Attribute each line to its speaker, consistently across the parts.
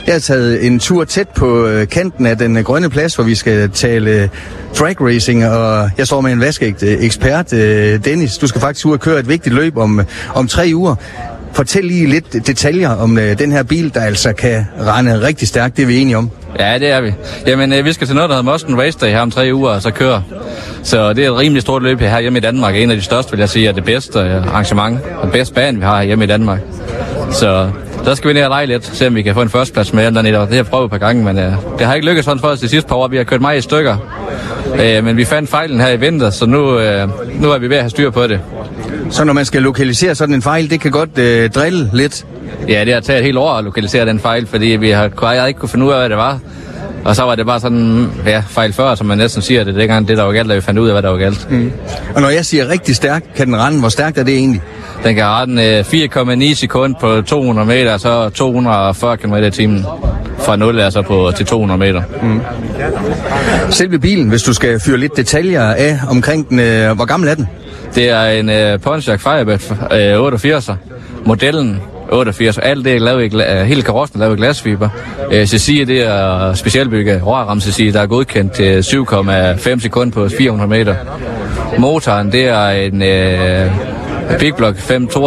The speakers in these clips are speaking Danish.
Speaker 1: Jeg har taget en tur tæt på kanten af den grønne plads, hvor vi skal tale drag racing, og jeg står med en vaskeægte ekspert, Dennis. Du skal faktisk ud og køre et vigtigt løb om 3 uger. Fortæl lige lidt detaljer om den her bil, der altså kan rende rigtig stærkt, det er vi enige om.
Speaker 2: Ja, det er vi. Jamen, vi skal til noget, der hedder Moston Race Day her om 3 uger, og så køre. Så det er et rimelig stort løb her hjemme i Danmark. En af de største, vil jeg sige, er det bedste arrangement, og bedste bane, vi har hjemme i Danmark. Så der skal vi ned og lege lidt, se om vi kan få en førsteplads med dernede. Det har jeg prøvet et par gange, men det har ikke lykkedes sådan for os de sidste par år. Vi har kørt meget i stykker, men vi fandt fejlen her i vinter, så nu er vi ved at have styr på det.
Speaker 1: Så når man skal lokalisere sådan en fejl, det kan godt drille lidt?
Speaker 2: Ja, det har taget et helt år at lokalisere den fejl, fordi vi har ikke kunne finde ud af, hvad det var. Og så var det bare sådan, fejl før, som man næsten siger, det dengang det, der var galt, da vi fandt ud af, hvad der var galt. Mm.
Speaker 1: Og når jeg siger rigtig stærk, kan den rende, hvor stærkt er det egentlig?
Speaker 2: Den kan rende 4,9 sekunder på 200 meter, så 240 km i timen. Fra 0 altså til 200 meter. Mm.
Speaker 1: Selve bilen, hvis du skal fyre lidt detaljer af omkring den, hvor gammel er den?
Speaker 2: Det er en Pontiac Firebird 88'er. Modellen 88. Alt det er lavet hele karossen er lavet i glasfiber. Chassis det er specialbygget rørram chassis, der er godkendt til 7,5 sekunder på 400 meter. Motoren det er en Big Block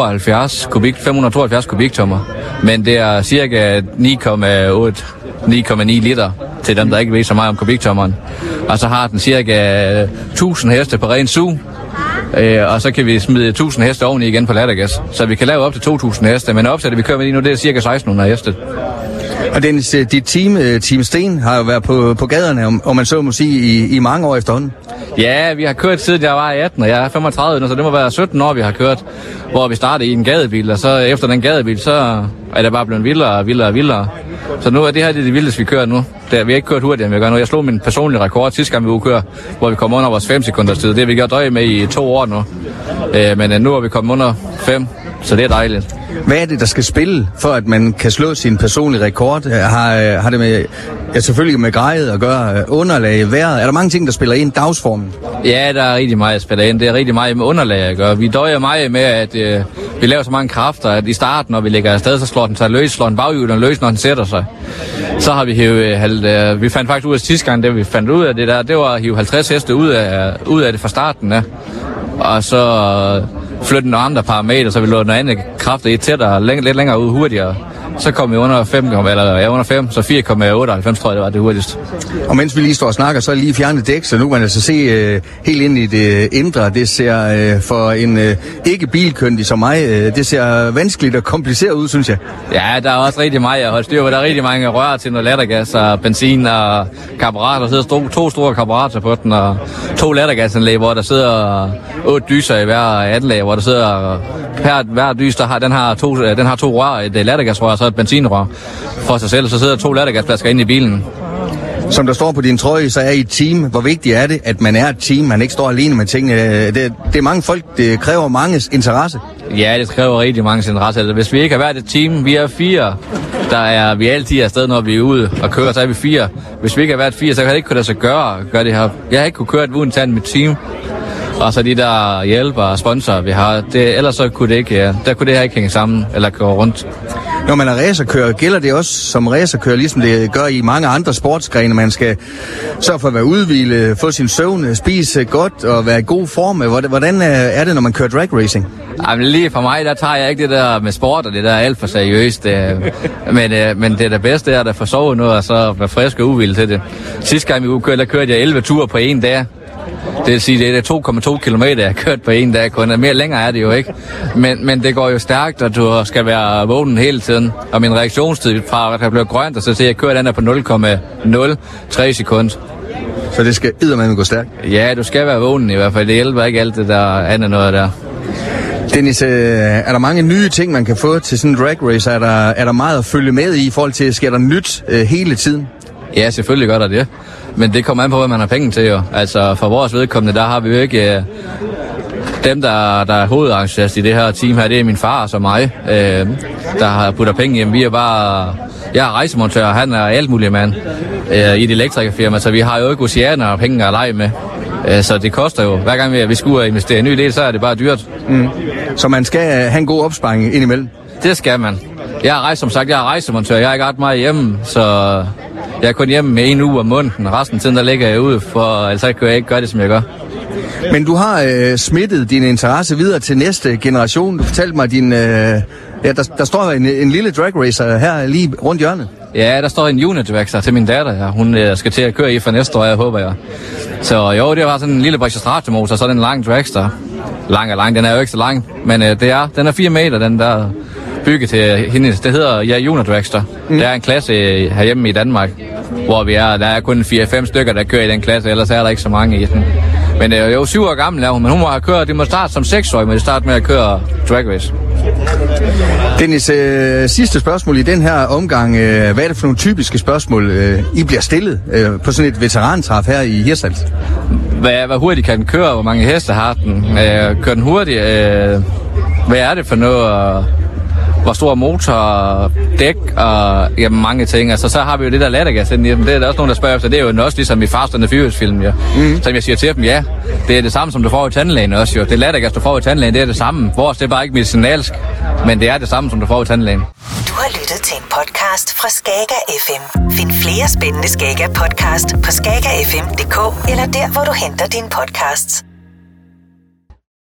Speaker 2: 572 kubiktommer, men det er cirka 9,9 liter til dem, der ikke ved så meget om kubiktommeren. Og så har den cirka 1000 heste på ren sug. Og så kan vi smide 1000 heste oveni igen på lattergas. Så vi kan lave op til 2000 heste, men opsættet vi kører med lige nu, det er cirka 1600 heste.
Speaker 1: Og Dennis, dit Team Sten har jo været på gaderne, om man så må sige, i mange år efterhånden.
Speaker 2: Ja, vi har kørt siden jeg var 18, og jeg er 35, så det må være 17 år, vi har kørt, hvor vi startede i en gadebil, og så efter den gadebil, så er det bare blevet vildere. Så nu er det her det vildeste, vi kører nu. Vi har ikke kørt hurtigere, end vi gør nu. Jeg slog min personlige rekord sidste gang, vi køre, hvor vi kom under vores 5 sekunders tid. Det har vi gjort døje med i 2 år nu. Men nu er vi kommet under 5, så det er dejligt.
Speaker 1: Hvad er det, der skal spille, for at man kan slå sin personlige rekord? Har det med, selvfølgelig med grejet at gøre, underlag, vejret? Er der mange ting, der spiller ind, dagsformen? Ja, der er rigtig meget at spille ind. Det er rigtig meget med underlag at gøre. Vi døjer meget med, at vi laver så mange kræfter, at i starten, når vi lægger afsted, så slår den sig løs, slår den baghjulen løs, når den sætter sig. Så har vi hævet, vi fandt faktisk ud af sidste gang, det vi fandt ud af det der, det var at hive 50 heste ud af det fra starten af. Og så flytte nogle andre parametre, så vi lå noget andet kræfter i tættere, lidt længere ud hurtigere. Så kom vi under 5, så 4,98 tror jeg, det var det hurtigste. Og mens vi lige står og snakker, så er lige fjernet dæk, så nu kan man altså se helt ind i det indre. Det ser for en ikke bilkyndig som mig, det ser vanskeligt og kompliceret ud, synes jeg. Ja, der er også rigtig meget at holde styr på. Der er rigtig mange rør til noget lattergas og benzin og karburator. Der sidder 2 store karburatorer på den, og 2 lattergasanlæg, hvor der sidder 8 dyser i hver anlæg, hvor der sidder hver dys, den har 2 rør, et lattergasrør og så et benzinrør for sig selv. Så sidder 2 lattergasflasker inde i bilen. Som der står på din trøje, så er I et team. Hvor vigtigt er det, at man er et team, man ikke står alene med tingene? Det er mange folk, det kræver manges interesse. Ja, det kræver rigtig manges interesse. Hvis vi ikke har været et team, vi er 4, vi altid er afsted, når vi er ude og kører, så er vi 4. Hvis vi ikke har været 4, så kan det ikke kunne lade sig gøre det her. Jeg har ikke kunne køre et uden tand med team. Og så de der hjælper og sponsorer, vi har, ellers så kunne det ikke, der kunne det her ikke hænge sammen eller gå rundt. Når man er racerkører, gælder det også som racerkører, ligesom det gør i mange andre sportsgrene. Man skal sørge for at være udhvile, få sin søvn, spise godt og være i god form. Hvordan er det, når man kører drag racing? Jamen, lige for mig, der tager jeg ikke det der med sport, og det der er alt for seriøst. Men det der bedste er at få sovet noget, og så være frisk og udhvile til det. Sidste gang vi ude kørte, der kørte jeg 11 ture på en dag. Det vil sige, det er 2,2 kilometer, jeg har kørt på en dag kun. Mere længere er det jo ikke. Men det går jo stærkt, og du skal være vågen hele tiden. Og min reaktionstid fra at have blevet grønt, og så ser jeg kører den der på 0,03 sekunder. Så det skal eddermame gå stærkt? Ja, du skal være vågen i hvert fald. Det hjælper ikke alt det der andet noget der. Dennis, er der mange nye ting, man kan få til sådan en drag race? Er der meget at følge med i forhold til, sker der nyt hele tiden? Ja, selvfølgelig gør der det. Men det kommer an på, hvad man har penge til jo. Altså for vores vedkommende, der har vi jo ikke dem, der er hovedarrangører i det her team her. Det er min far og mig, der har puttet penge hjem. Vi er bare... Jeg er rejsemontør, han er alt muligt mand i et elektrikerfirma, så vi har jo ikke oceaner og penge at lege med. Så det koster jo. Hver gang vi skal ud og investere i en ny del, så er det bare dyrt. Mm. Så man skal have en god opsparing indimellem? Det skal man.
Speaker 2: Jeg har rejsemontør. Jeg er ikke ret meget hjemme, så jeg er kun hjemme med 1 uge om måneden. Resten af tiden, der ligger jeg ude, for ellers kan jeg ikke gøre det, som jeg gør.
Speaker 1: Men du har smittet din interesse videre til næste generation. Du fortalte mig, der står en lille drag racer her lige rundt hjørnet.
Speaker 2: Ja, der står en unit dragster til min datter. Ja. Hun skal til at køre i for næste år, jeg håber jeg. Så jo, det var sådan en lille Brexit-motor, så er det en lang dragster. Lang, den er jo ikke så lang, men den er 4 meter, den der bygget til hende. Det hedder Unit Dragster. Det er en klasse herhjemme i Danmark, hvor der er kun 4-5 stykker, der kører i den klasse, ellers er der ikke så mange i den. Men det er jo 7 år gammel, men hun må have kørt, det må starte som 6-årig, men det starte med at køre drag race.
Speaker 1: Dennis, sidste spørgsmål i den her omgang. Hvad er det for nogle typiske spørgsmål, I bliver stillet på sådan et veterantræf her i Hirtshals?
Speaker 2: Hvad hurtigt kan den køre? Hvor mange heste har den? Kører den hurtigt? Hvad er det for noget? Hvor stor motor, dæk og mange ting. Altså, så har vi jo det der lattergas ind i dem. Det er der også nogen, der spørger efter. Det er jo også ligesom i Fast and the Furious-film. Ja. Så jeg siger til dem, ja, det er det samme, som du får i tandlægen også. Jo. Det lattergas, du får i tandlægen, det er det samme. Vores, det er bare ikke medicinalsk, men det er det samme, som du får i tandlægen.
Speaker 3: Du har lyttet til en podcast fra Skager FM. Find flere spændende Skager podcast på skagerfm.dk eller der, hvor du henter dine podcasts.